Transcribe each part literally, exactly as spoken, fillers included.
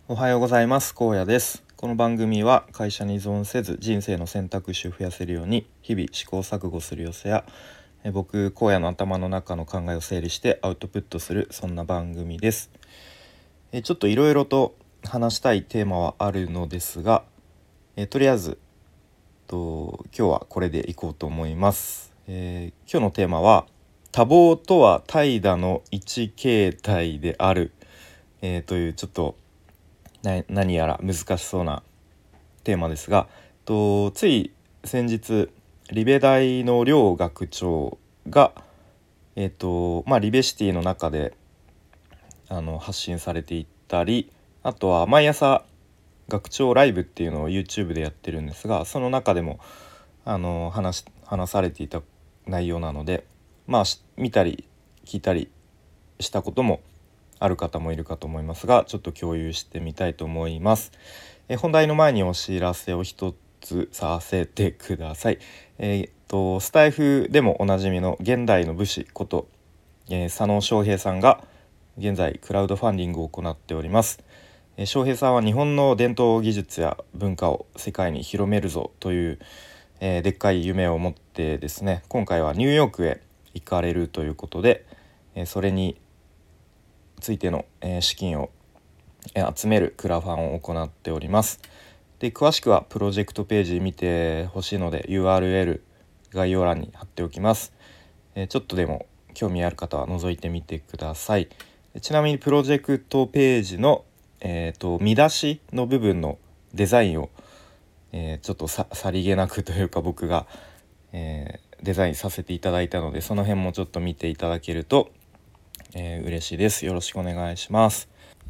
おはようございます。荒野です。この番組は会社に依存せず人生の選択肢を増やせるように日々試行錯誤する様子やえ僕荒野の頭の中の考えを整理してアウトプットする、そんな番組です。えちょっといろいろと話したいテーマはあるのですが、えとりあえずと今日はこれでいこうと思います。えー今日のテーマは多忙とは怠惰の一形態である、えーというちょっとな何やら難しそうなテーマですが、とつい先日リベ大の両学長が、えーとまあ、リベシティの中であの発信されていったり、あとは毎朝学長ライブっていうのを YouTube でやってるんですが、その中でもあの話話されていた内容なので、まあ見たり聞いたりしたこともある方もいるかと思いますが、ちょっと共有してみたいと思います。え本題の前にお知らせを一つさせてください。えーっとスタイフでもおなじみの現代の武士こと、えー佐野翔平さんが現在クラウドファンディングを行っております。えー翔平さんは日本の伝統技術や文化を世界に広めるぞという、えーでっかい夢を持ってですね、今回はニューヨークへ行かれるということで、えーそれについての、えー資金を集めるクラファンを行っております。で詳しくはプロジェクトページ見てほしいので ユーアールエル 概要欄に貼っておきます。えーちょっとでも興味ある方は覗いてみてください。ちなみにプロジェクトページの、えーと見出しの部分のデザインを、えーちょっとささりげなくというか僕が、えーデザインさせていただいたので、その辺もちょっと見ていただけると、えー嬉しいです。よろしくお願いします。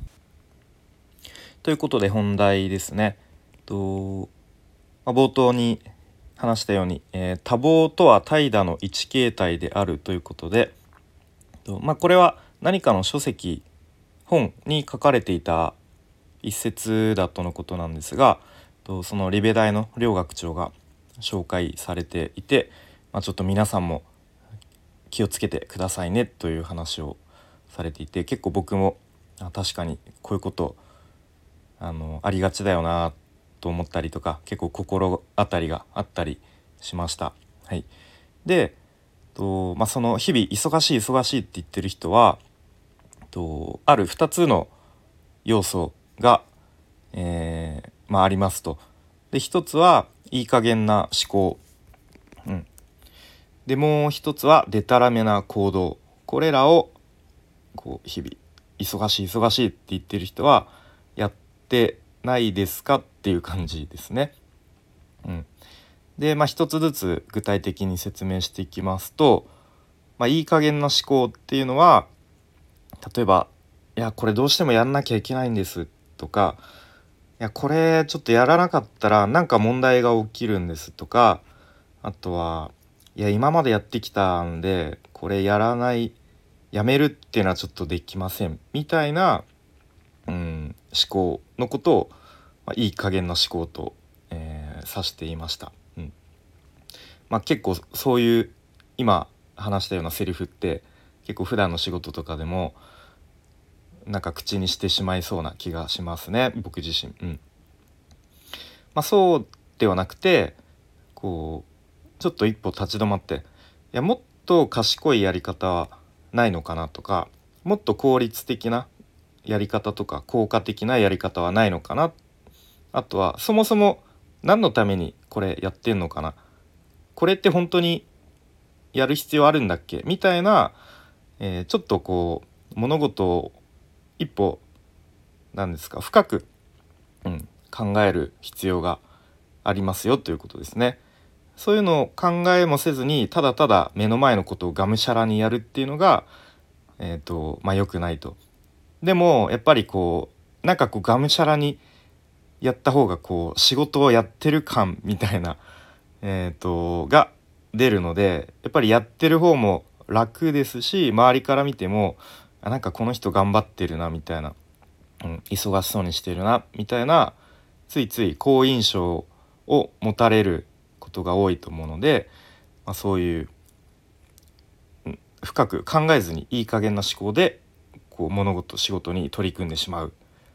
ということで本題ですね。と、まあ、冒頭に話したように、えー多忙とは怠惰の一形態であるということで、とまあ、これは何かの書籍本に書かれていた一節だとのことなんですが、とそのリベ大の両学長が紹介されていて、まあ、ちょっと皆さんも気をつけてくださいねという話をされていて、結構僕もあ確かにこういうことあのありがちだよなと思ったりとか、結構心当たりがあったりしました。はい、でと、まあ、その日々忙しい忙しいって言ってる人はとあるふたつの要素が、えーまあ、ありますと。でひとつはいい加減な思考、うん、でもうひとつはでたらめな行動。これらをこう日々忙しい忙しいって言ってる人はやってないですかっていう感じですね。うん、で、まあ、一つずつ具体的に説明していきますと、まあ、いい加減な思考っていうのは、例えば「いやこれどうしてもやんなきゃいけないんです」とか「いやこれちょっとやらなかったらなんか問題が起きるんです」とか、あとは「いや今までやってきたんでこれやらないやめるっていうのはちょっとできません」みたいな、うん、思考のことを、まあ、いい加減な思考と、えー指していました。うんまあ、結構そういう今話したようなセリフって結構普段の仕事とかでもなんか口にしてしまいそうな気がしますね、僕自身。うんまあ、そうではなくて、こうちょっと一歩立ち止まって、いやもっと賢いやり方はないのかなとか、もっと効率的なやり方とか効果的なやり方はないのかな、あとはそもそも何のためにこれやってんのかな、これって本当にやる必要あるんだっけみたいな、えーちょっとこう物事を一歩なんですか深く、うん、考える必要がありますよということですね。そういうのを考えもせずにただただ目の前のことをがむしゃらにやるっていうのが、えーとまあ、良くないと。でもやっぱりこうなんかこうがむしゃらにやった方がこう仕事をやってる感みたいな、えーとが出るので、やっぱりやってる方も楽ですし、周りから見てもあなんかこの人頑張ってるなみたいな、うん、忙しそうにしてるなみたいな、ついつい好印象を持たれることが多いと思うので、まあ、そういう、うん、深く考えずにいい加減な思考でこう物事仕事に取り組んでしまう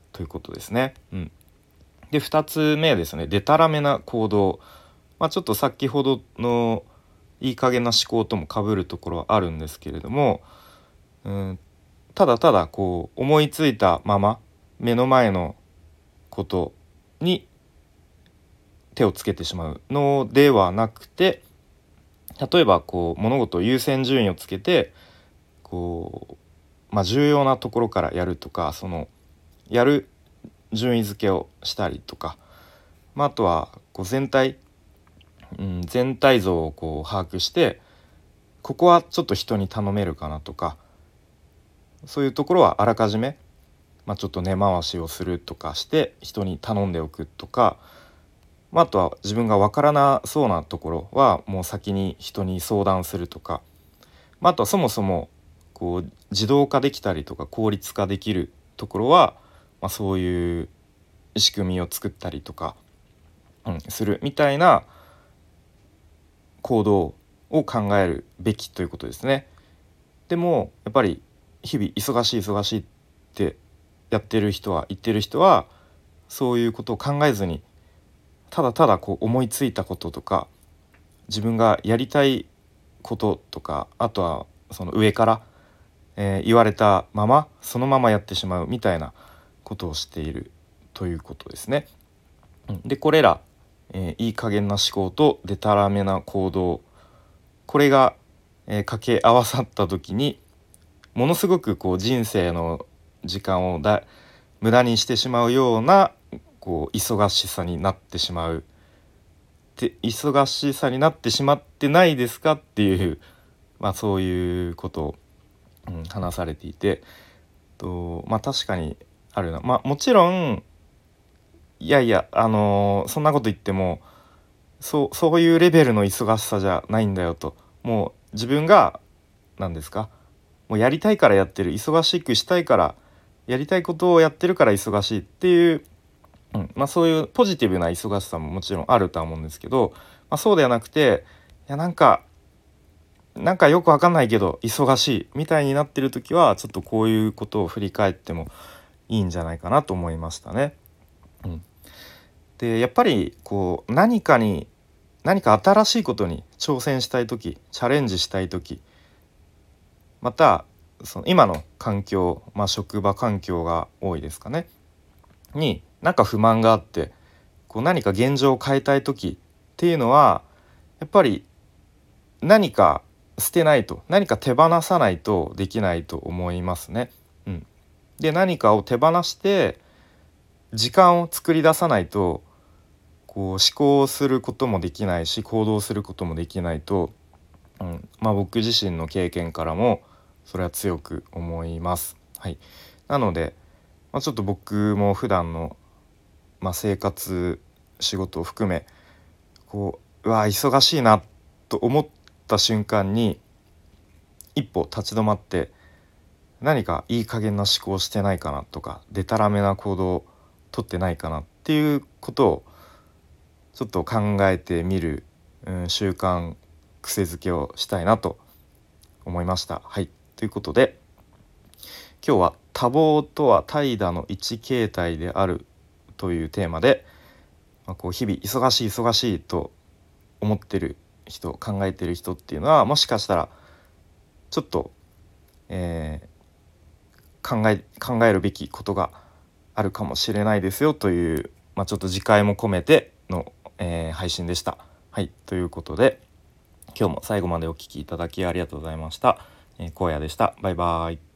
ということですね。うん、でふたつめですね、でたらめな行動。まあ、ちょっと先ほどのいい加減な思考ともかぶるところはあるんですけれども、うん、ただただこう思いついたまま目の前のことに手をつけてしまうのではなくて、例えばこう物事を優先順位をつけてこう、まあ、重要なところからやるとか、そのやる順位付けをしたりとか、まあ、あとはこう全体、うん、全体像をこう把握して、ここはちょっと人に頼めるかなとか、そういうところはあらかじめ、まあ、ちょっと根回しをするとかして人に頼んでおくとか、まあ、あとは自分が分からなそうなところはもう先に人に相談するとか、まあ、あとはそもそもこう自動化できたりとか効率化できるところは、まあ、そういう仕組みを作ったりとか、うん、するみたいな行動を考えるべきということですね。でもやっぱり日々忙しい忙しいってやってる人は言ってる人はそういうことを考えずに、ただただこう思いついたこととか自分がやりたいこととか、あとはその上から、えー言われたままそのままやってしまうみたいなことをしているということですね。うんでこれら、えーいい加減な思考とでたらめな行動、これが、えー掛け合わさった時にものすごくこう人生の時間をだ無駄にしてしまうようなこう忙しさになってしまう、で忙しさになってしまってないですかっていう、まあ、そういうことを、うん、話されていて、とまあ確かにあるな。まあもちろんいやいや、あのーそんなこと言ってもそうそういうレベルの忙しさじゃないんだよと。もう自分が何ですか、もうやりたいからやってる、忙しくしたいからやりたいことをやってるから忙しいっていう、うんまあ、そういうポジティブな忙しさももちろんあるとは思うんですけど、まあ、そうではなくて、いやなんかなんかよくわかんないけど忙しいみたいになってる時はちょっとこういうことを振り返ってもいいんじゃないかなと思いましたね。うん、でやっぱりこう何かに何か新しいことに挑戦したい時、チャレンジしたい時、またその今の環境、まあ、職場環境が多いですかねになんか不満があって、こう何か現状を変えたい時っていうのはやっぱり何か捨てないと、何か手放さないとできないと思いますね。うん、で何かを手放して時間を作り出さないとこう思考することもできないし行動することもできないと、うんまあ、僕自身の経験からもそれは強く思います。はい、なので、まあ、ちょっと僕も普段の、まあ、生活仕事を含めこううわ忙しいなと思った瞬間に一歩立ち止まって何かいい加減な思考をしてないかなとかでたらめな行動をとってないかなっていうことをちょっと考えてみる、うん、習慣癖づけをしたいなと思いました。はい、ということで今日は多忙とは怠惰の一形態であるというテーマで、まあ、こう日々忙しい忙しいと思ってる人、考えてる人っていうのはもしかしたらちょっと、えー考え考えるべきことがあるかもしれないですよという、まあ、ちょっと自戒も込めての、えー配信でした。はい、ということで今日も最後までお聞きいただきありがとうございました。えー、荒野でした。バイバイ。